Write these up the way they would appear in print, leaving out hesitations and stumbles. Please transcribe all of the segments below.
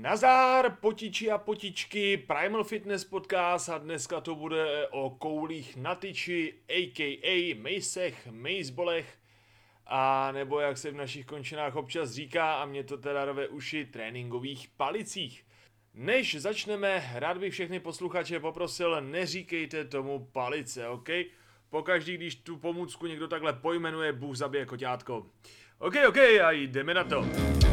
Nazdar, potiči a potičky, Primal Fitness Podcast a dneska to bude o koulích na tyči, a.k.a. mejsech, mejsbolech, a nebo jak se v našich končinách občas říká, a mě to teda rve uši, tréninkových palicích. Než začneme, rád bych všechny posluchače poprosil, neříkejte tomu palice, ok? Pokaždý, když tu pomůcku někdo takhle pojmenuje, Bůh zabije koťátko. Ok, a jdeme na to.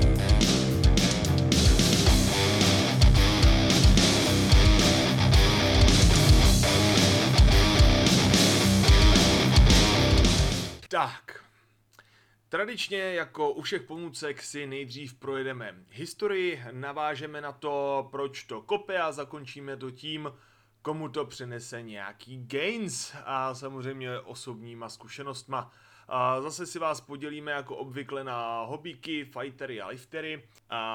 Tak, tradičně jako u všech pomůcek si nejdřív projedeme historii, navážeme na to, proč to kope a zakončíme to tím, komu to přinese nějaký gains a samozřejmě osobníma zkušenostma. A zase si vás podělíme jako obvykle na hobíky, fightery a liftery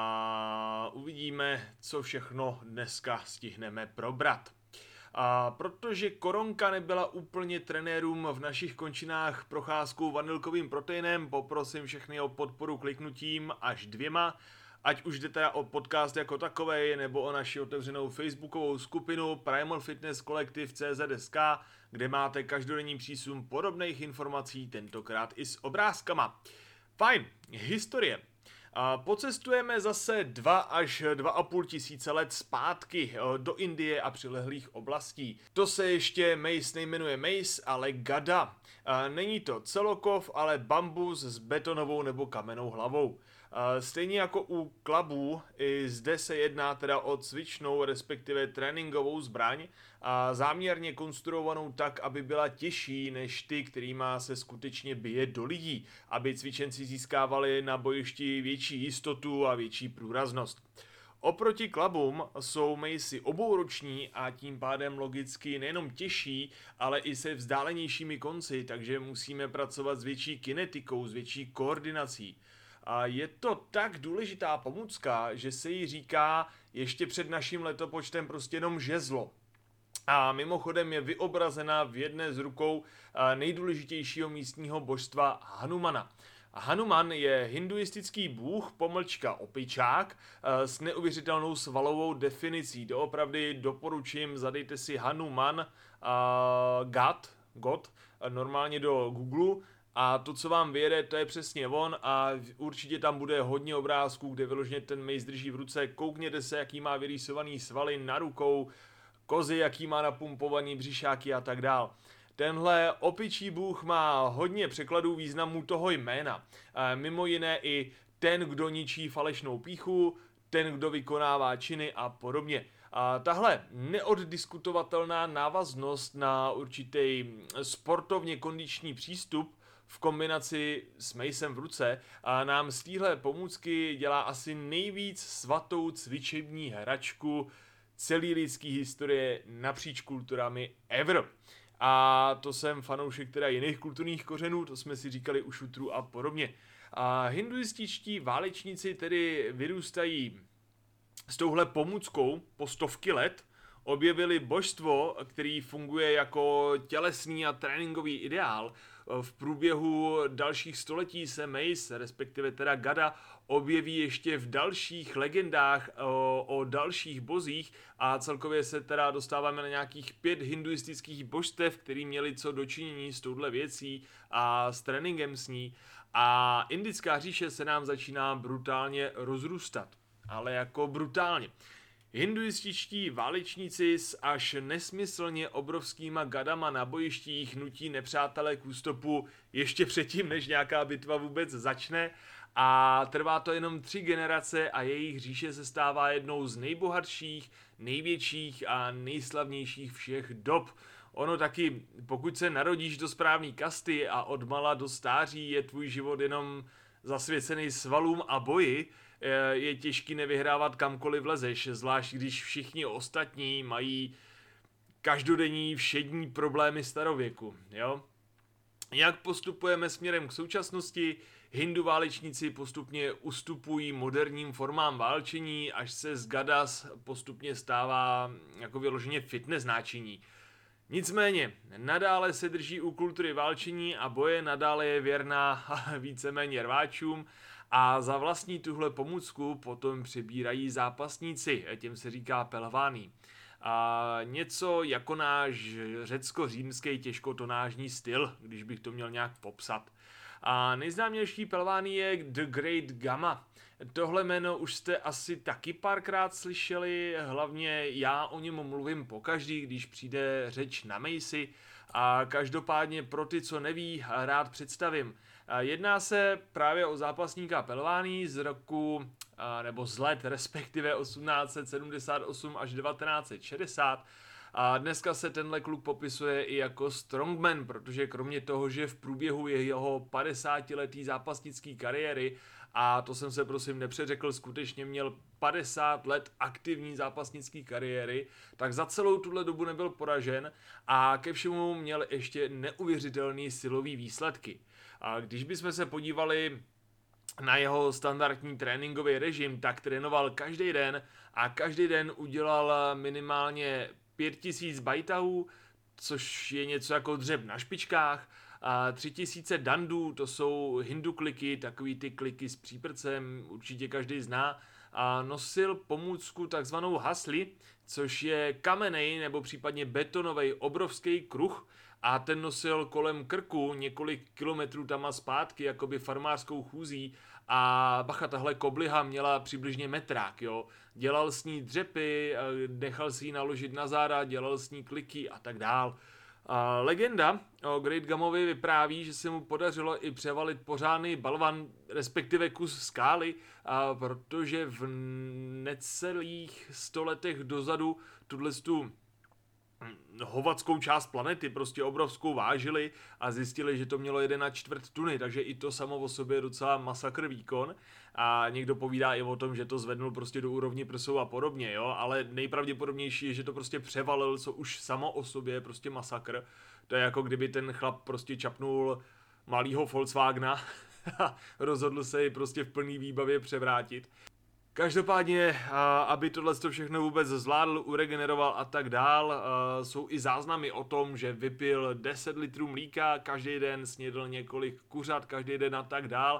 a uvidíme, co všechno dneska stihneme probrat. A protože koronka nebyla úplně trenérům v našich končinách procházkou vanilkovým proteinem, poprosím všechny o podporu kliknutím až 2, ať už jde teda o podcast jako takovej, nebo o naši otevřenou facebookovou skupinu Primal Fitness Collective CZSK, kde máte každodenní přísun podobných informací, tentokrát i s obrázkama. Fajn, historie. Pocestujeme zase 2 až 2,5 tisíce let zpátky do Indie a přilehlých oblastí. To se ještě mace nejmenuje mace, ale gada. Není to celokov, ale bambus s betonovou nebo kamennou hlavou. Stejně jako u klabů, i zde se jedná teda o cvičnou, respektive tréninkovou zbraň, a záměrně konstruovanou tak, aby byla těžší než ty, kterýma se skutečně bije do lidí, aby cvičenci získávali na bojišti větší jistotu a větší průraznost. Oproti klabům jsou macy obouroční a tím pádem logicky nejenom těžší, ale i se vzdálenějšími konci, takže musíme pracovat s větší kinetikou, s větší koordinací. A je to tak důležitá pomůcka, že se jí říká ještě před naším letopočtem prostě jenom žezlo. A mimochodem je vyobrazena v jedné z rukou nejdůležitějšího místního božstva Hanumana. Hanuman je hinduistický bůh, pomlčka opičák, s neuvěřitelnou svalovou definicí. Doopravdy doporučím, zadejte si Hanuman God, normálně do Google, a to, co vám vyjede, to je přesně on a určitě tam bude hodně obrázků, kde vyloženě ten mace drží v ruce. Koukněte se, jaký má vyrýsovaný svaly na rukou, kozy, jaký má napumpovaný břišáky a tak dál. Tenhle opičí bůh má hodně překladů významů toho jména. Mimo jiné i ten, kdo ničí falešnou pýchu, ten, kdo vykonává činy a podobně. A tahle neoddiskutovatelná návaznost na určitý sportovně kondiční přístup v kombinaci s macem v ruce a nám z téhle pomůcky dělá asi nejvíc svatou cvičební hračku celé lidské historie napříč kulturami ever. A to jsem fanoušek teda jiných kulturních kořenů, to jsme si říkali u šutrů a podobně. A hinduističtí válečníci tedy vyrůstají s touhle pomůckou po stovky let, objevili božstvo, který funguje jako tělesný a tréninkový ideál. V průběhu dalších století se mace, respektive teda gada, objeví ještě v dalších legendách o dalších bozích a celkově se teda dostáváme na nějakých 5 hinduistických božstev, který měli co dočinění s touhle věcí a s tréninkem s ní. A indická říše se nám začíná brutálně rozrůstat. Ale jako brutálně. Hinduističtí válečníci s až nesmyslně obrovskýma gadama na bojištích nutí nepřátelé k ústupu ještě předtím, než nějaká bitva vůbec začne, a trvá to jenom 3 generace a jejich říše se stává jednou z nejbohatších, největších a nejslavnějších všech dob. Ono taky, pokud se narodíš do správné kasty a odmala do stáří je tvůj život jenom zasvěcený svalům a boji, je těžký nevyhrávat kamkoliv lezeš, zvlášť když všichni ostatní mají každodenní všední problémy starověku, jo? Jak postupujeme směrem k současnosti, hindu válečníci postupně ustupují moderním formám válčení, až se z gadas postupně stává jako vyloženě fitness náčiní. Nicméně, nadále se drží u kultury válčení a boje, nadále je věrná víceméně rváčům A za vlastní tuhle pomůcku potom přibírají zápasníci, těm se říká pelvány. A něco jako náš řecko-římský těžkotonážní styl, když bych to měl nějak popsat. A nejznámější pelvány je The Great Gamma. Tohle jméno už jste asi taky párkrát slyšeli, hlavně já o něm mluvím pokaždý, když přijde řeč na Macy. A každopádně pro ty, co neví, rád představím. Jedná se právě o zápasníka pelvány z roku, nebo z let, respektive 1878 až 1960. A dneska se tenhle kluk popisuje i jako strongman, protože kromě toho, že v průběhu jeho 50letý zápasnický kariéry, a to jsem se prosím nepřeřekl, skutečně měl 50 let aktivní zápasnické kariéry, tak za celou tuhle dobu nebyl poražen a ke všemu měl ještě neuvěřitelný silový výsledky. A když bychom se podívali na jeho standardní tréninkový režim, tak trénoval každý den a každý den udělal minimálně 5000 bajtahů, což je něco jako dřep na špičkách, a 3000 dandů, to jsou hindu kliky, takový ty kliky s příprcem, určitě každý zná, a nosil pomůcku takzvanou hasli, což je kamenej nebo případně betonový obrovský kruh, a ten nosil kolem krku několik kilometrů tam a zpátky, jakoby farmářskou chůzí, a bacha, tahle kobliha měla přibližně metrák, jo. Dělal s ní dřepy, nechal si ji naložit na záda, dělal s ní kliky a tak dál. Legenda o Great Gamovi vypráví, že se mu podařilo i převalit pořádný balvan, respektive kus skály, protože v necelých 100 letech dozadu tu hovadskou část planety, prostě obrovskou, vážili a zjistili, že to mělo 1,25 tuny, takže i to samo o sobě je docela masakr výkon. A někdo povídá i o tom, že to zvednul prostě do úrovně prsou a podobně, jo, ale nejpravděpodobnější je, že to prostě převalil, co už samo o sobě je prostě masakr. To je jako kdyby ten chlap prostě čapnul malýho Volkswagena a rozhodl se ji prostě v plný výbavě převrátit. Každopádně, aby tohle všechno vůbec zvládl, uregeneroval a tak dál, jsou i záznamy o tom, že vypil 10 litrů mlíka, každý den snědl několik kuřat, každý den a tak dál.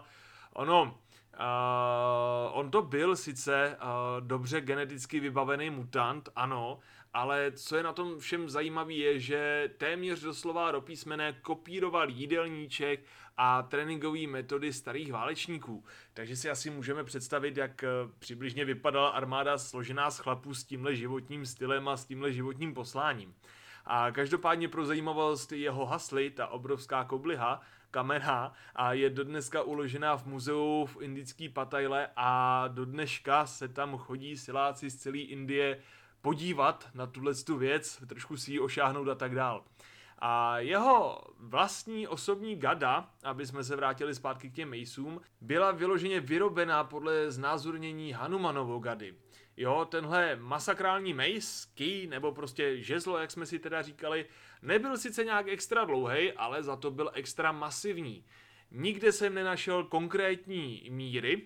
On to byl sice dobře geneticky vybavený mutant, ano, ale co je na tom všem zajímavý je, že téměř doslova do písmene kopíroval jídelníček a tréninkové metody starých válečníků. Takže si asi můžeme představit, jak přibližně vypadala armáda složená z chlapů s tímhle životním stylem a s tímhle životním posláním. A každopádně pro zajímavost jeho hasly, ta obrovská kobliha, kamenná, a je dodneska uložená v muzeu v indické Patajle a do dneška se tam chodí siláci z celé Indie podívat na tuto věc, trošku si ji ošáhnout a tak dál. A jeho vlastní osobní gada, aby jsme se vrátili zpátky k těm Macům, byla vyloženě vyrobená podle znázornění Hanumanovo gady. Jo, tenhle masakrální mace, key, nebo prostě žezlo, jak jsme si teda říkali, nebyl sice nějak extra dlouhej, ale za to byl extra masivní. Nikde jsem nenašel konkrétní míry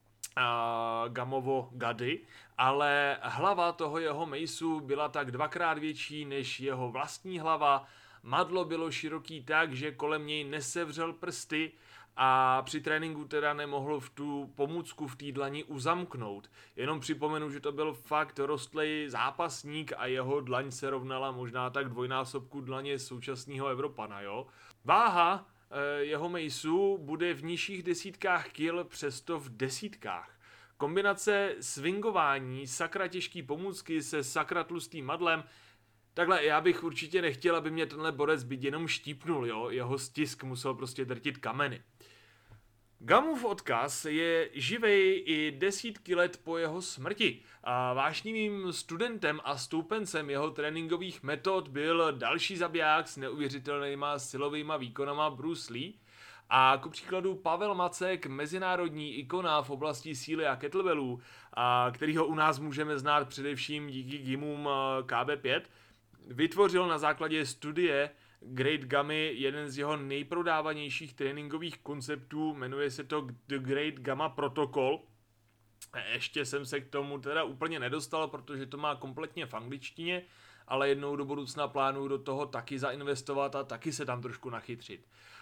Gamovo gady, ale hlava toho jeho maceu byla tak 2x větší než jeho vlastní hlava, madlo bylo široký tak, že kolem něj nesevřel prsty a při tréninku teda nemohl v tu pomůcku v té dlani uzamknout. Jenom připomenu, že to byl fakt rostlej zápasník a jeho dlaň se rovnala možná tak dvojnásobku dlaně současného Evropana, jo. Váha jeho maceu bude v nižších desítkách kil, přesto v desítkách. Kombinace swingování sakra těžký pomůcky se sakra tlustým madlem. Takhle, já bych určitě nechtěl, aby mě tenhle borec byť jenom štípnul, jo, jeho stisk musel prostě drtit kameny. Gamův odkaz je živej i desítky let po jeho smrti a vášnivým studentem a stoupencem jeho tréninkových metod byl další zabiják s neuvěřitelnýma silovýma výkonama Bruce Lee a ku příkladu Pavel Macek, mezinárodní ikona v oblasti síly a kettlebellů, kterýho u nás můžeme znát především díky gymům KB5, vytvořil na základě studie Great Gammy jeden z jeho nejprodávanějších tréninkových konceptů, jmenuje se to The Great Gamma Protocol. Ještě jsem se k tomu teda úplně nedostal, protože to má kompletně v angličtině, ale jednou do budoucna plánuju do toho taky zainvestovat a taky se tam trošku nachytřit.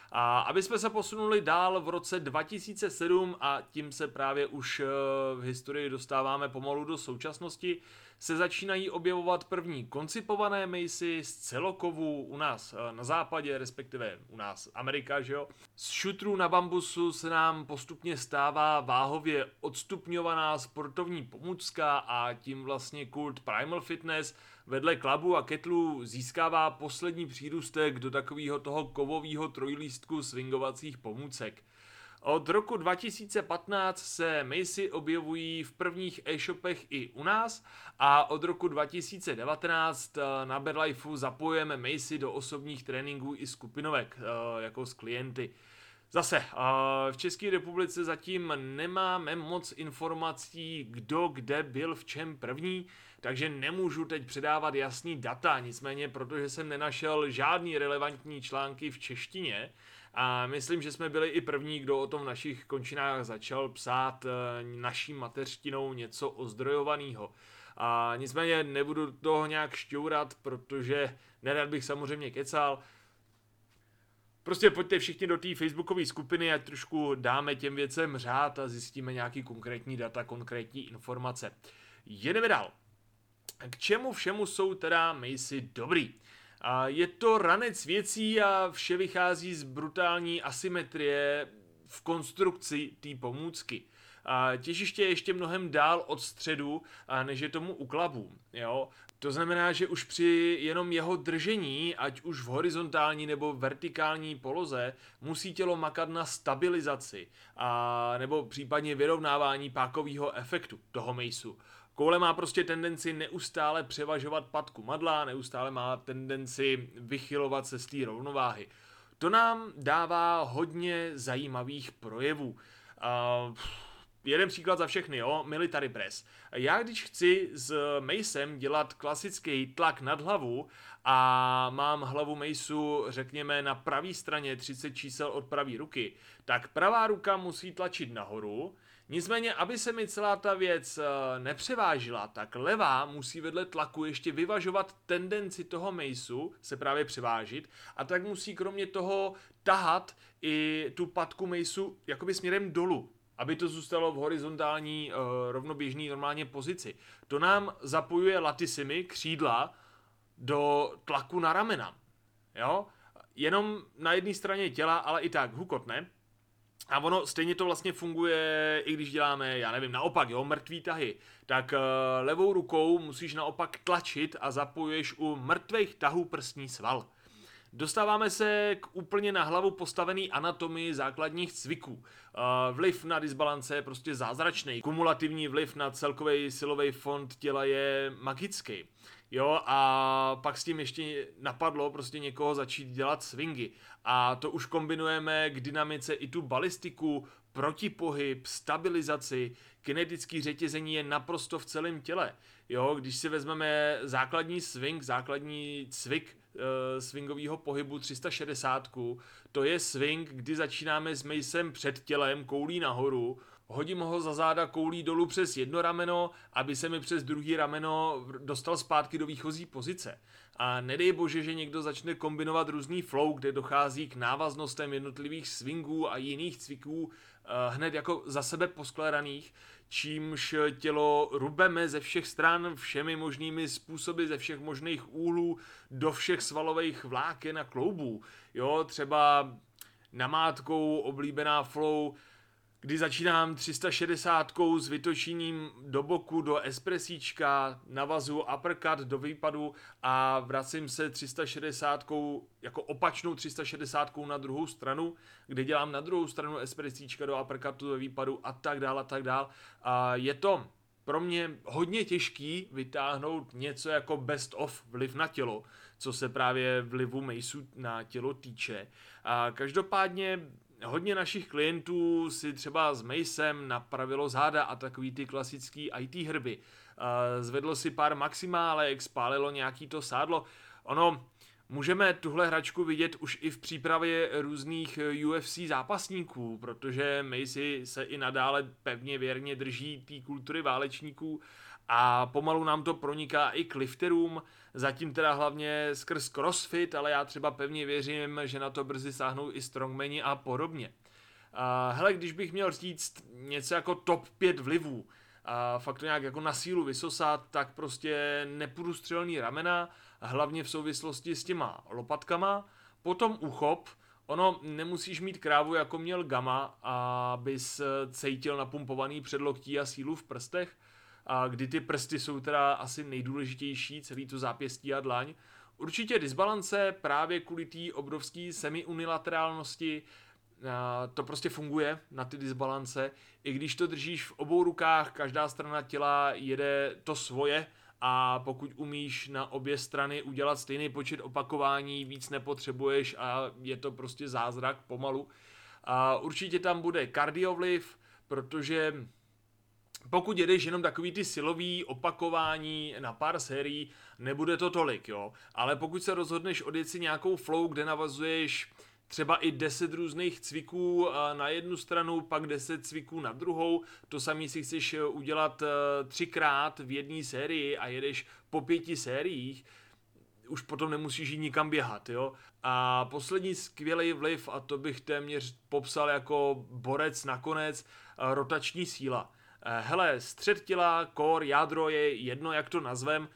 A aby jsme se posunuli dál v roce 2007 a tím se právě už v historii dostáváme pomalu do současnosti, se začínají objevovat první koncipované mejsy z celokovů u nás na západě, respektive u nás Amerika, že jo. Z šutrů na bambusu se nám postupně stává váhově odstupňovaná sportovní pomůcka a tím vlastně kult Primal Fitness vedle klabu a ketlů získává poslední přírůstek do takového toho kovového trojlístku swingovacích pomůcek. Od roku 2015 se mejsy objevují v prvních e-shopech i u nás a od roku 2019 na Bedlifeu zapojujeme mejsy do osobních tréninků i skupinovek jako s klienty. Zase, v České republice zatím nemáme moc informací, kdo kde byl v čem první, takže nemůžu teď předávat jasný data, nicméně protože jsem nenašel žádný relevantní články v češtině a myslím, že jsme byli i první, kdo o tom v našich končinách začal psát naší mateřštinou něco ozdrojovaného. A nicméně nebudu toho nějak šťourat, protože nerad bych samozřejmě kecal. Prostě pojďte všichni do té facebookové skupiny, ať trošku dáme těm věcem řád a zjistíme nějaký konkrétní data, konkrétní informace. Jedeme dál. K čemu všemu jsou teda mejsy dobrý? Je to ranec věcí a vše vychází z brutální asymetrie v konstrukci té pomůcky. Těžiště je ještě mnohem dál od středu, než je tomu u klabů. Jo? To znamená, že už při jenom jeho držení, ať už v horizontální nebo vertikální poloze, musí tělo makat na stabilizaci nebo případně vyrovnávání pákového efektu toho mejsu. Koule má prostě tendenci neustále převažovat patku madla, neustále má tendenci vychylovat se z té rovnováhy. To nám dává hodně zajímavých projevů. Jeden příklad za všechny, jo, military press. Já když chci s mejsem dělat klasický tlak nad hlavu a mám hlavu mejsu, řekněme, na pravé straně 30 čísel od pravé ruky, tak pravá ruka musí tlačit nahoru. Nicméně, aby se mi celá ta věc nepřevážila, tak levá musí vedle tlaku ještě vyvažovat tendenci toho mejsu se právě převážit a tak musí kromě toho tahat i tu patku mejsu jakoby směrem dolů, aby to zůstalo v horizontální, rovnoběžný normálně pozici. To nám zapojuje latissimy, křídla, do tlaku na ramena. Jo? Jenom na jedné straně těla, ale i tak hukotne. A ono stejně to vlastně funguje, i když děláme, já nevím, naopak, jo, mrtvý tahy. Tak levou rukou musíš naopak tlačit a zapojuješ u mrtvých tahů prsní sval. Dostáváme se k úplně na hlavu postavený anatomii základních cviků. Vliv na disbalance je prostě zázračný. Kumulativní vliv na celkový silový fond těla je magický. Jo, a pak s tím ještě napadlo prostě někoho začít dělat swingy. A to už kombinujeme k dynamice i tu balistiku, protipohyb, stabilizaci, kinetický řetězení je naprosto v celém těle. Jo, když si vezmeme základní swing, základní cvik swingového pohybu 360, to je swing, kdy začínáme s mejsem před tělem, koulí nahoru, hodím ho za záda koulí dolů přes jedno rameno, aby se mi přes druhý rameno dostal zpátky do výchozí pozice. A nedej bože, že někdo začne kombinovat různý flow, kde dochází k návaznostem jednotlivých swingů a jiných cviků hned jako za sebe poskladaných, čímž tělo rubeme ze všech stran všemi možnými způsoby, ze všech možných úhlů, do všech svalových vláken a kloubů. Jo, třeba namátkou oblíbená flow, kdy začínám 360 s vytočením do boku do espresíčka, navazuju uppercut do výpadu a vracím se 360 jako opačnou 360 na druhou stranu, kde dělám na druhou stranu espresíčka do uppercutu do výpadu a tak dál a tak dál. A je to pro mě hodně těžký vytáhnout něco jako best of vliv na tělo, co se právě vlivu mejsu na tělo týče. A každopádně hodně našich klientů si třeba s mejsem napravilo záda a takový ty klasický IT hrby. Zvedlo si pár maximálek, spálilo nějaký to sádlo. Ono, můžeme tuhle hračku vidět už i v přípravě různých UFC zápasníků, protože mejsy se i nadále pevně věrně drží té kultury válečníků a pomalu nám to proniká i k lifterům, zatím teda hlavně skrz CrossFit, ale já třeba pevně věřím, že na to brzy sáhnou i strongmani a podobně. Hele, když bych měl říct něco jako top 5 vlivů, a fakt to nějak jako na sílu vysosat, tak prostě neprůstřelný ramena, hlavně v souvislosti s těma lopatkama, potom uchop, ono nemusíš mít krávu jako měl Gama, abys cítil napumpovaný předloktí a sílu v prstech, a kdy ty prsty jsou teda asi nejdůležitější, celý to zápěstí a dlaň. Určitě disbalance právě kvůli té obrovské semi-unilaterálnosti, to prostě funguje na ty disbalance. I když to držíš v obou rukách, každá strana těla jede to svoje a pokud umíš na obě strany udělat stejný počet opakování, víc nepotřebuješ a je to prostě zázrak pomalu. A určitě tam bude kardiovliv, protože pokud jedeš jenom takový ty silový opakování na pár sérií, nebude to tolik, jo. Ale pokud se rozhodneš odjet si nějakou flow, kde navazuješ třeba i 10 různých cviků na jednu stranu, pak 10 cviků na druhou, to samý si chceš udělat 3krát v jedné sérii a jedeš po 5 sériích, už potom nemusíš jít nikam běhat, jo. A poslední skvělý vliv, a to bych téměř popsal jako borec nakonec, rotační síla. Hele, střed těla, core, jádro je jedno, jak to nazvem,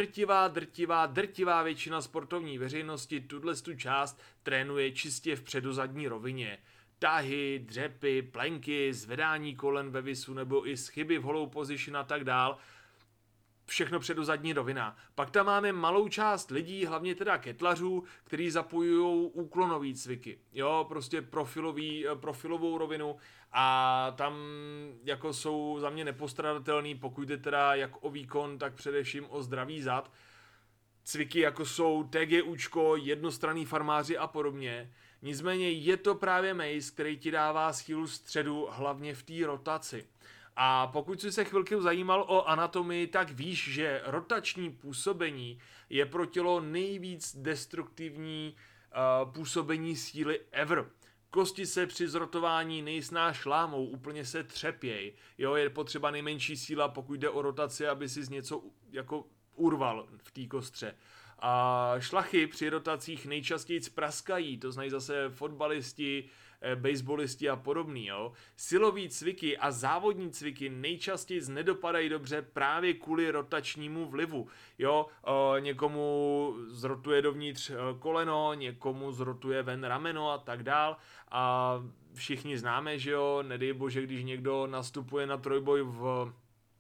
drtivá většina sportovní veřejnosti tu část trénuje čistě v předozadní rovině. Tahy, dřepy, plenky, zvedání kolen ve visu nebo i schyby v hollow position a tak dál. Všechno předozadní rovina. Pak tam máme malou část lidí, hlavně teda ketlařů, kteří zapojují úklonové cviky. Jo, prostě profilovou rovinu a tam jako jsou za mě nepostradatelný, pokud jde teda jak o výkon, tak především o zdravý zad. Cviky jako jsou TGUčko, jednostranný farmáři a podobně. Nicméně je to právě mace, který ti dává sílu středu, hlavně v té rotaci. A pokud jsi se chvilku zajímal o anatomii, tak víš, že rotační působení je pro tělo nejvíc destruktivní působení síly ever. Kosti se při zrotování nejsnáš lámou, úplně se třepěj. Jo, je potřeba nejmenší síla, pokud jde o rotaci, aby si z něco jako urval v té kostře. A šlachy při rotacích nejčastěji praskají, to znají zase fotbalisti, baseballisti a podobný. Jo. Silový cviky a závodní cviky nejčastěji nedopadají dobře právě kvůli rotačnímu vlivu. Jo, někomu zrotuje dovnitř koleno, někomu zrotuje ven rameno a tak dál. A všichni známe, že jo, nedej bože, když někdo nastupuje na trojboj v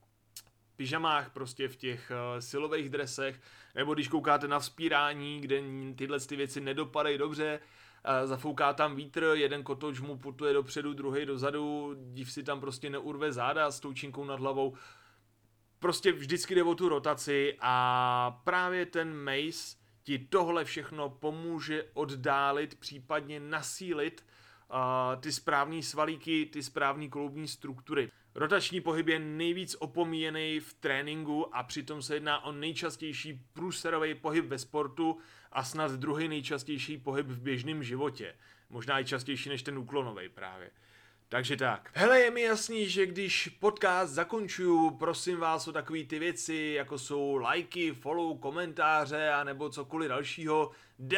pyžamách, prostě v těch silových dresech, nebo když koukáte na vzpírání, kde tyhle ty věci nedopadají dobře, zafouká tam vítr, jeden kotouč mu putuje dopředu, druhý dozadu, div si tam prostě neurve záda s tou činkou nad hlavou. Prostě vždycky jde o tu rotaci a právě ten mace ti tohle všechno pomůže oddálit, případně nasílit ty správné svalíky, ty správné kloubní struktury. Rotační pohyb je nejvíc opomíjený v tréninku a přitom se jedná o nejčastější průserový pohyb ve sportu a snad druhý nejčastější pohyb v běžném životě. Možná i častější než ten úklonový právě. Takže tak. Hele, je mi jasný, že když podcast zakončuju, prosím vás o takové ty věci, jako jsou lajky, follow, komentáře a nebo cokoliv dalšího.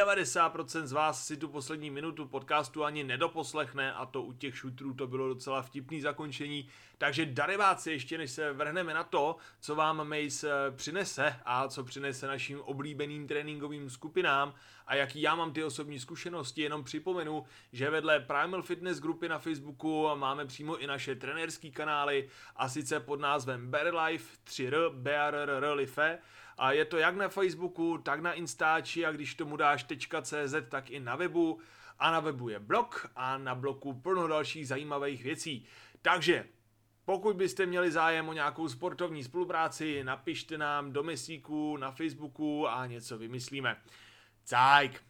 90% z vás si tu poslední minutu podcastu ani nedoposlechne a to u těch šutrů to bylo docela vtipný zakončení. Takže darebáci, ještě než se vrhneme na to, co vám Mace přinese a co přinese našim oblíbeným tréninkovým skupinám a jaký já mám ty osobní zkušenosti, jenom připomenu, že vedle Primal Fitness grupy na Facebooku máme přímo i naše trenérský kanály a sice pod názvem Better Life 3R, BRR Life. A je to jak na Facebooku, tak na Instači a když tomu dáš .cz, tak i na webu. A na webu je blog a na blogu plno dalších zajímavých věcí. Takže pokud byste měli zájem o nějakou sportovní spolupráci, napište nám do mesíku na Facebooku a něco vymyslíme. Cajk.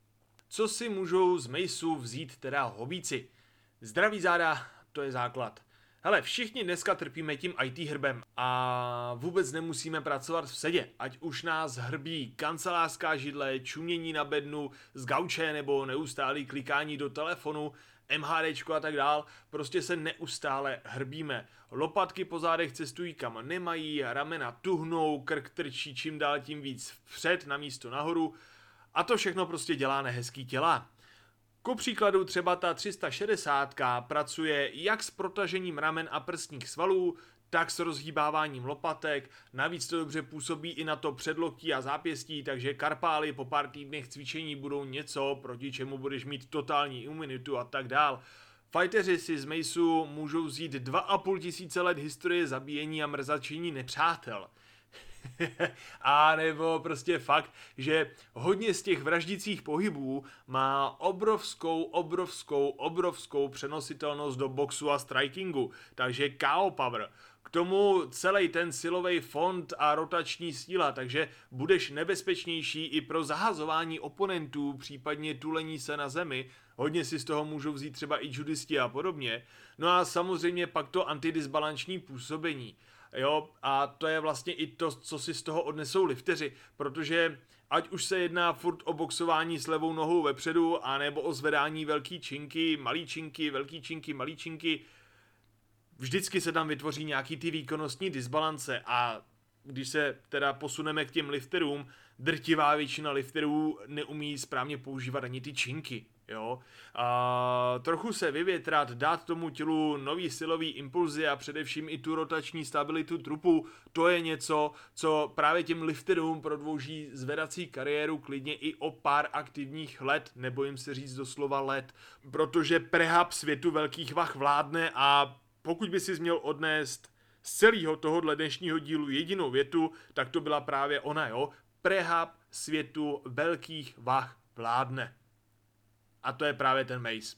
Co si můžou z Maceu vzít teda hobíci? Zdraví záda, to je základ. Hele, všichni dneska trpíme tím IT hrbem a vůbec nemusíme pracovat v sedě, ať už nás hrbí kancelářská židle, čumění na bednu z gauče nebo neustálý klikání do telefonu, MHDčko a tak dál, prostě se neustále hrbíme. Lopatky po zádech cestují kam nemají, ramena tuhnou, krk trčí čím dál tím víc vpřed namísto nahoru a to všechno prostě dělá nehezký těla. Ku příkladu třeba ta 360 pracuje jak s protažením ramen a prsních svalů, tak s rozhýbáváním lopatek, navíc to dobře působí i na to předloktí a zápěstí, takže karpály po pár týdnech cvičení budou něco, proti čemu budeš mít totální imunitu a tak dál. Fighteři si z Maceu můžou vzít 2,5 tisíce let historie zabíjení a mrzačení nepřátel. A nebo prostě fakt, že hodně z těch vraždících pohybů má obrovskou přenositelnost do boxu a strikingu, takže KO power. K tomu celý ten silový fond a rotační síla, takže budeš nebezpečnější i pro zahazování oponentů, případně tulení se na zemi. Hodně si z toho můžou vzít třeba i judisti a podobně. No a samozřejmě pak to antidisbalanční působení. Jo, a to je vlastně i to, co si z toho odnesou lifteři, protože ať už se jedná furt o boxování s levou nohou vepředu, anebo o zvedání velký činky, malý činky, velký činky, malý činky, vždycky se tam vytvoří nějaký ty výkonnostní disbalance a když se teda posuneme k těm lifterům, drtivá většina lifterů neumí správně používat ani ty činky. Jo? A trochu se vyvětrat, dát tomu tělu nový silový impulzy a především i tu rotační stabilitu trupu, to je něco, co právě těm lifterům prodlouží zvedací kariéru klidně i o pár aktivních let, nebojím se říct doslova let, protože prehab světu velkých vah vládne a pokud by si měl odnést z celého tohohle dnešního dílu jedinou větu, tak to byla právě ona, jo? Prehab světu velkých vah vládne. A to je právě ten Mace.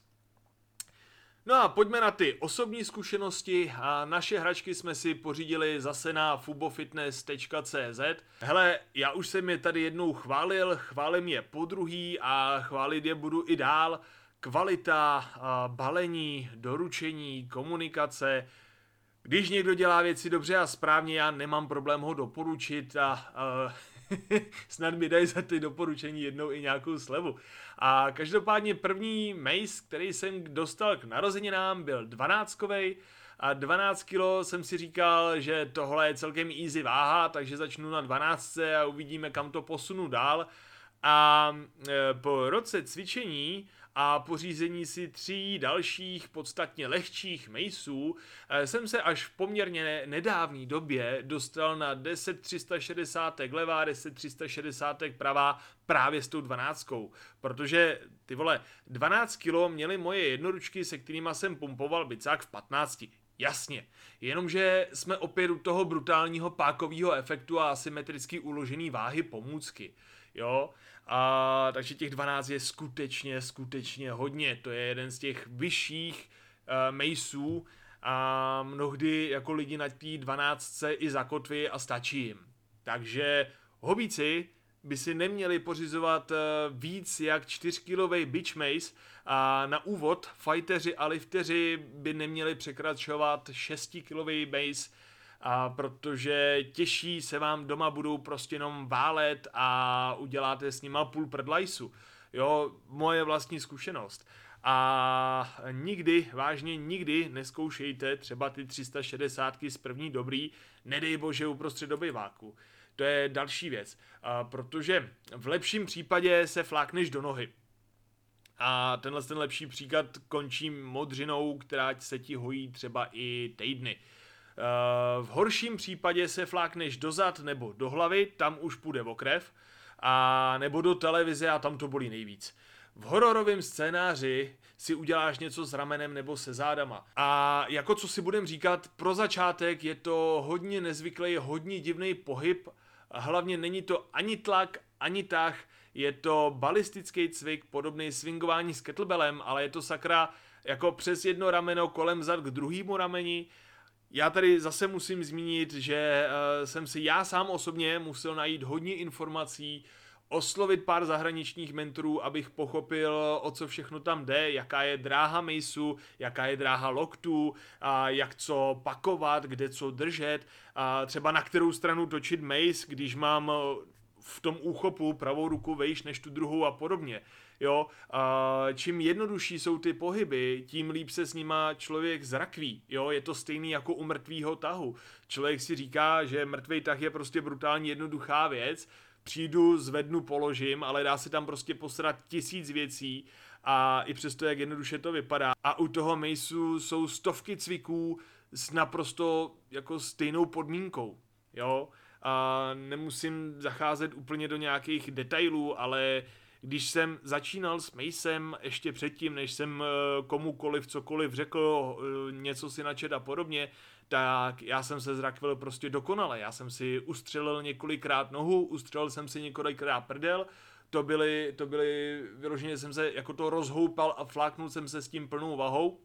No a pojďme na ty osobní zkušenosti a naše hračky jsme si pořídili zase na fubofitness.cz. Hele, já už jsem je tady jednou chválím je podruhý a chválit je budu i dál. Kvalita, balení, doručení, komunikace. Když někdo dělá věci dobře a správně, já nemám problém ho doporučit a snad mi dají za ty doporučení jednou i nějakou slevu. A každopádně první Mace, který jsem dostal k narozeninám, byl 12kovej a 12 kg jsem si říkal, že tohle je celkem easy váha, takže začnu na 12 a uvidíme, kam to posunu dál. A po roce cvičení a pořízení si 3 dalších podstatně lehčích Maceů jsem se až v poměrně nedávné době dostal na 10 360 levá, 10 360 pravá právě s tou 12. Protože ty vole, 12 kg měly moje jednoručky, se kterýma jsem pumpoval bicák v 15. Jasně, jenomže jsme opět u toho brutálního pákového efektu a asymetricky uložený váhy pomůcky. Jo, a takže těch 12 je skutečně hodně, to je jeden z těch vyšších Maceů a mnohdy jako lidi na té 12 i zakotví a stačí jim. Takže hobíci by si neměli pořizovat víc jak 4kilový bitch mace a na úvod fighteři a lifteři by neměli překračovat 6kilový mace, a protože těžší se vám doma budou prostě jenom válet a uděláte s nima půl prdlajsu. Jo, moje vlastní zkušenost. A vážně nikdy neskoušejte třeba ty 360 z první dobrý, nedej bože uprostřed dobyváku. To je další věc, protože v lepším případě se flákneš do nohy. A ten lepší příklad končí modřinou, která se ti hojí třeba i týdny. V horším případě se flákneš do zad nebo do hlavy, tam už půjde o krev, a nebo do televize a tam to bolí nejvíc. V hororovém scénáři si uděláš něco s ramenem nebo se zádama. A jako co si budem říkat, pro začátek je to hodně nezvyklý, hodně divný pohyb, hlavně není to ani tlak, ani tah, je to balistický cvik, podobný swingování s kettlebellem, ale je to sakra jako přes jedno rameno kolem zad k druhému rameni. Já tady zase musím zmínit, že jsem si já sám osobně musel najít hodně informací, oslovit pár zahraničních mentorů, abych pochopil, o co všechno tam jde, jaká je dráha Maceu, jaká je dráha loktů, a jak co pakovat, kde co držet, a třeba na kterou stranu točit Mace, když mám v tom úchopu pravou ruku vejš než tu druhou a podobně. Jo, a čím jednodušší jsou ty pohyby, tím líp se s nima člověk zrakví. Jo, je to stejný jako u mrtvýho tahu. Člověk si říká, že mrtvý tah je prostě brutálně jednoduchá věc. Přijdu, zvednu, položím, ale dá se tam prostě posrat 1000 věcí a i přesto, jak jednoduše to vypadá. A u toho mejsu jsou stovky cviků s naprosto jako stejnou podmínkou. Jo, a nemusím zacházet úplně do nějakých detailů, ale když jsem začínal s mejsem ještě předtím, než jsem komukoliv cokoliv řekl, něco si načet a podobně, tak já jsem se zrakvil prostě dokonale. Já jsem si ustřelil několikrát nohu, ustřelil jsem si několikrát prdel, to byly, vyloženě jsem se jako to rozhoupal a fláknul jsem se s tím plnou vahou.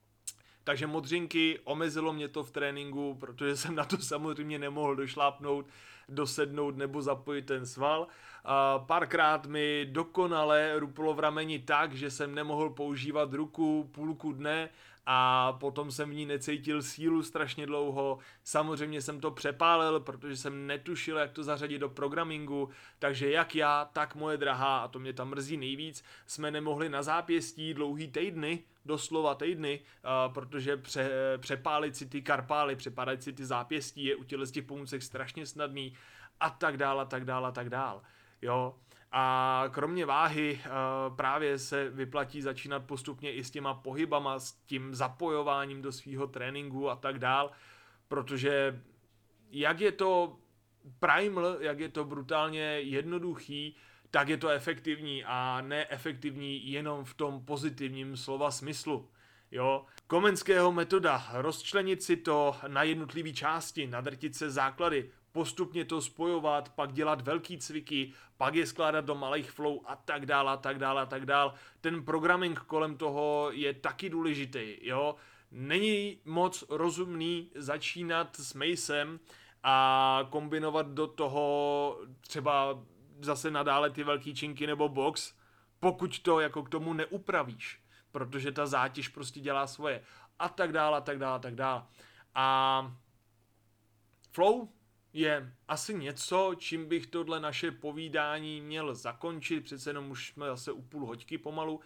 Takže modřinky, omezilo mě to v tréninku, protože jsem na to samozřejmě nemohl došlápnout, dosednout nebo zapojit ten sval. A párkrát mi dokonale ruplo v rameni tak, že jsem nemohl používat ruku půlku dne a potom jsem v ní necítil sílu strašně dlouho. Samozřejmě jsem to přepálil, protože jsem netušil, jak to zařadit do programingu, takže jak já, tak moje drahá, a to mě tam mrzí nejvíc, jsme nemohli na zápěstí dlouhý týdny, doslova týdny, protože přepálit si ty karpály, přepálit si ty zápěstí je u těch pomůcek strašně snadný a tak dál a tak dál a tak dál. Jo. A kromě váhy právě se vyplatí začínat postupně i s těma pohybama, s tím zapojováním do svýho tréninku a tak dál, protože jak je to primal, jak je to brutálně jednoduchý, tak je to efektivní a neefektivní jenom v tom pozitivním slova smyslu. Jo. Komenského metoda, rozčlenit si to na jednotlivé části, nadrtit se základy, postupně to spojovat, pak dělat velký cviky, pak je skládat do malých flow a tak dál a tak dál a tak dál. Ten programming kolem toho je taky důležitý, jo. Není moc rozumný začínat s mejsem a kombinovat do toho třeba zase nadále ty velký činky nebo box, pokud to jako k tomu neupravíš, protože ta zátěž prostě dělá svoje a tak dál a tak dál a tak dál. A flow je asi něco, čím bych tohle naše povídání měl zakončit, přece jenom už jsme zase u půl hoďky pomalu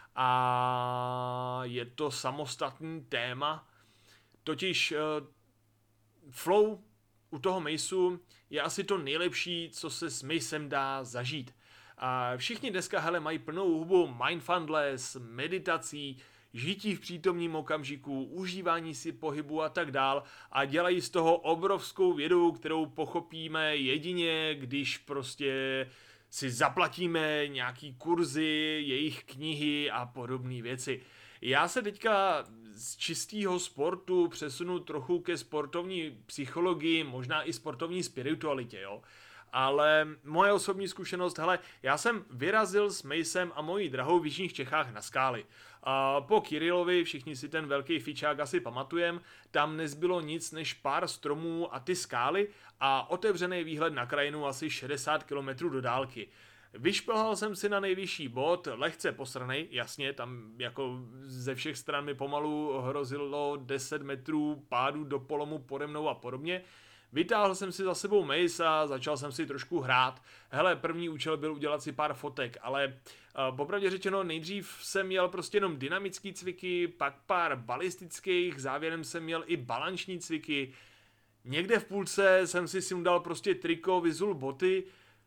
a je to samostatný téma, totiž flow u toho mejsu je asi to nejlepší, co se s mejsem dá zažít. A všichni dneska hele mají plnou hubu mindfulness, meditací, žití v přítomním okamžiku, užívání si pohybu a tak dál a dělají z toho obrovskou vědu, kterou pochopíme jedině, když prostě si zaplatíme nějaký kurzy, jejich knihy a podobné věci. Já se teďka z čistého sportu přesunu trochu ke sportovní psychologii, možná i sportovní spiritualitě, jo. Ale moje osobní zkušenost, hele, já jsem vyrazil s mejsem a mojí drahou v jižních Čechách na skály. A po Kyrilovi, všichni si ten velký fičák asi pamatujem, tam nezbylo nic než pár stromů a ty skály a otevřený výhled na krajinu asi 60 km do dálky. Vyšplhal jsem si na nejvyšší bod, lehce posranej, jasně, tam jako ze všech stran mi pomalu hrozilo 10 metrů pádu do polomu pode mnou a podobně. Vytáhl jsem si za sebou mejs a začal jsem si trošku hrát. Hele, první účel byl udělat si pár fotek, ale popravdě řečeno nejdřív jsem měl prostě jenom dynamický cviky, pak pár balistických, závěrem jsem měl i balanční cviky. Někde v půlce jsem si sundal prostě triko, vizul, boty.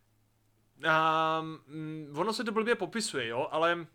Ono se to blbě popisuje, jo, ale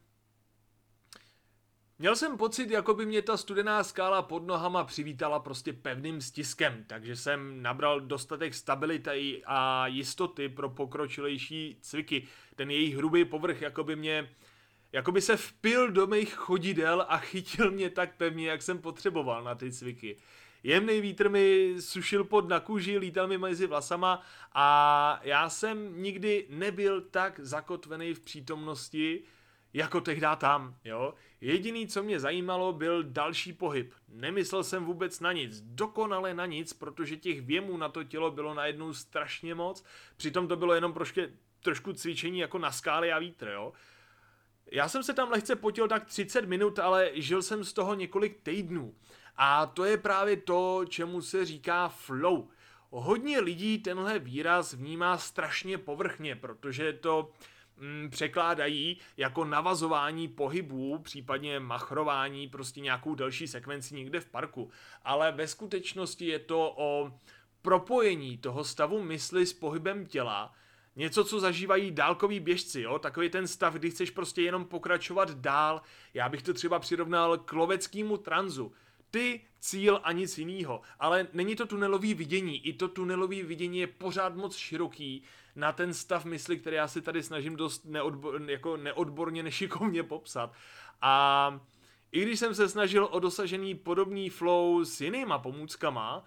měl jsem pocit, jako by mě ta studená skála pod nohama přivítala prostě pevným stiskem, takže jsem nabral dostatek stability a jistoty pro pokročilejší cviky. Ten jejich hrubý povrch jako by se vpil do mých chodidel a chytil mě tak pevně, jak jsem potřeboval na ty cviky. Jemný vítr mi sušil pod na kůži, lítal mi mezi vlasama a já jsem nikdy nebyl tak zakotvený v přítomnosti, jako tehdy tam, jo. Jediný, co mě zajímalo, byl další pohyb. Nemyslel jsem vůbec na nic, dokonale na nic, protože těch věmů na to tělo bylo najednou strašně moc, přitom to bylo jenom trošku cvičení jako na skále a vítr, jo. Já jsem se tam lehce potil tak 30 minut, ale žil jsem z toho několik týdnů. A to je právě to, čemu se říká flow. Hodně lidí tenhle výraz vnímá strašně povrchně, protože to překládají jako navazování pohybů, případně machrování, prostě nějakou další sekvenci někde v parku. Ale ve skutečnosti je to o propojení toho stavu mysli s pohybem těla, něco, co zažívají dálkoví běžci, jo? Takový ten stav, kdy chceš prostě jenom pokračovat dál. Já bych to třeba přirovnal k loveckému tranzu. Ty, cíl a nic jinýho. Ale není to tunelový vidění. I to tunelový vidění je pořád moc široký na ten stav mysli, který já si tady snažím dost neodborně, nešikovně popsat. A i když jsem se snažil o dosažený podobný flow s jinýma pomůckama,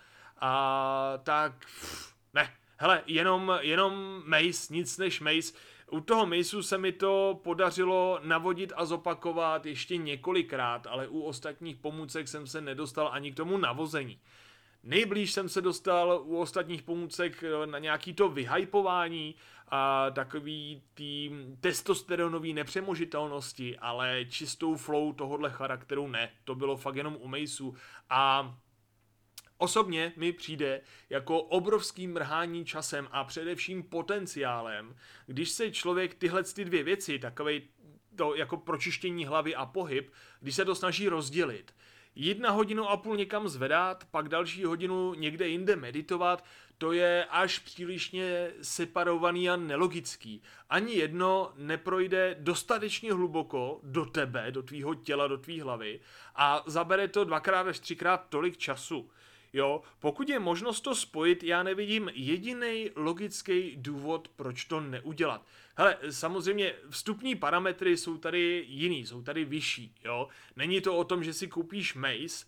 tak ne. Hele, jenom mace, nic než mace. U toho maceu se mi to podařilo navodit a zopakovat ještě několikrát, ale u ostatních pomůcek jsem se nedostal ani k tomu navození. Nejblíž jsem se dostal u ostatních pomůcek na nějaký to vyhypování a takový tý testosteronový nepřemožitelnosti, ale čistou flow tohohle charakteru ne. To bylo fakt jenom u maceu a osobně mi přijde jako obrovský mrhání časem a především potenciálem, když se člověk tyhle dvě věci, takové to jako pročištění hlavy a pohyb, když se to snaží rozdělit. 1,5 hodiny někam zvedat, pak další hodinu někde jinde meditovat, to je až přílišně separovaný a nelogický. Ani jedno neprojde dostatečně hluboko do tebe, do tvýho těla, do tvý hlavy a zabere to 2x až 3x tolik času. Jo, pokud je možnost to spojit, já nevidím jediný logický důvod, proč to neudělat. Hele, samozřejmě vstupní parametry jsou tady jiný, jsou tady vyšší, jo. Není to o tom, že si koupíš mace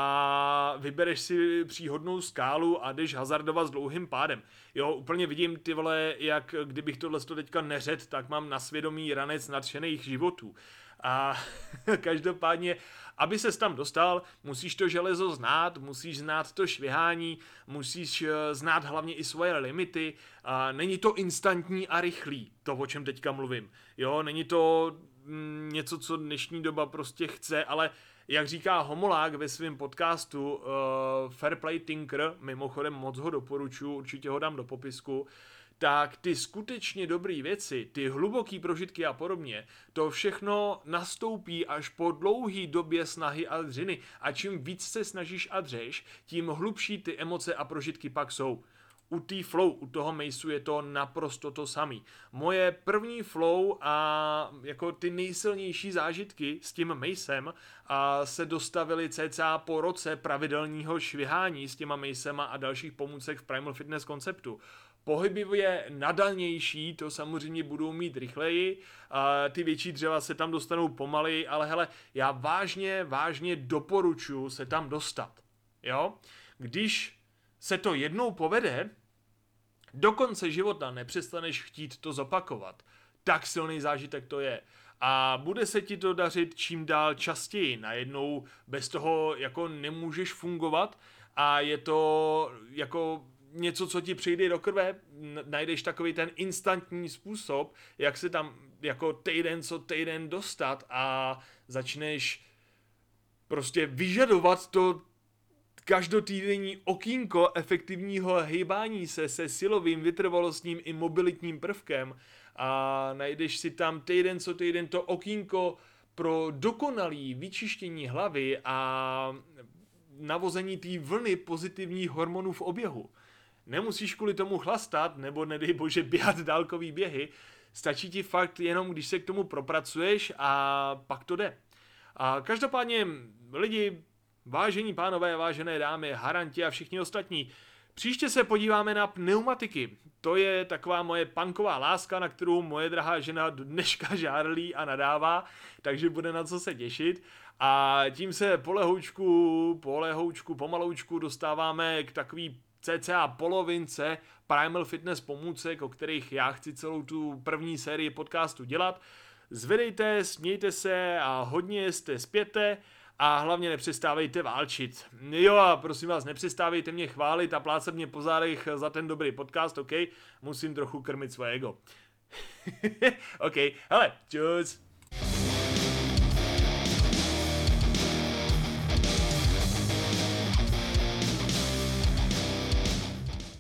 a vybereš si příhodnou skálu a jdeš hazardovat s dlouhým pádem. Jo, úplně vidím ty vole, jak kdybych tohle teďka neřekl, tak mám na svědomí ranec nadšených životů. A každopádně, aby ses tam dostal, musíš to železo znát, musíš znát to švihání, musíš znát hlavně i svoje limity. A není to instantní a rychlý, to, o čem teďka mluvím. Jo, není to něco, co dnešní doba prostě chce, ale jak říká Homolák ve svém podcastu Fair Play Tinker, mimochodem moc ho doporučuji, určitě ho dám do popisku, tak ty skutečně dobré věci, ty hluboký prožitky a podobně, to všechno nastoupí až po dlouhý době snahy a dřiny. A čím víc se snažíš a dřeš, tím hlubší ty emoce a prožitky pak jsou. U té flow, u toho maceu je to naprosto to samý. Moje první flow a jako ty nejsilnější zážitky s tím macem se dostavily cca po roce pravidelného švihání s těma macema a dalších pomůcek v Primal Fitness konceptu. Pohybivě nadanější, to samozřejmě budou mít rychleji, ty větší dřeva se tam dostanou pomaleji, ale hele, já vážně doporučuji se tam dostat. Jo? Když se to jednou povede, do konce života nepřestaneš chtít to zopakovat. Tak silný zážitek to je. A bude se ti to dařit čím dál častěji. Najednou bez toho jako nemůžeš fungovat a je to jako něco, co ti přijde do krve, najdeš takový ten instantní způsob, jak se tam jako týden co týden dostat a začneš prostě vyžadovat to každotýdenní okýnko efektivního hejbání se silovým, vytrvalostním i mobilitním prvkem a najdeš si tam týden co týden to okýnko pro dokonalý vyčištění hlavy a navození té vlny pozitivních hormonů v oběhu. Nemusíš kvůli tomu chlastat, nebo nedej bože běhat dálkový běhy, stačí ti fakt jenom, když se k tomu propracuješ a pak to jde. A každopádně lidi, vážení pánové, vážené dámy, haranti a všichni ostatní, příště se podíváme na pneumatiky. To je taková moje punková láska, na kterou moje drahá žena do dneška žárlí a nadává, takže bude na co se těšit. A tím se pomaloučku dostáváme k takový cca polovince Primal Fitness pomůcek, o kterých já chci celou tu první sérii podcastu dělat. Zvedejte, smějte se a hodně jste zpěte a hlavně nepřestávejte válčit. Jo a prosím vás, nepřestávejte mě chválit a plácat mě po zádech za ten dobrý podcast, ok? Musím trochu krmit svoje ego. Ok, hele, čus.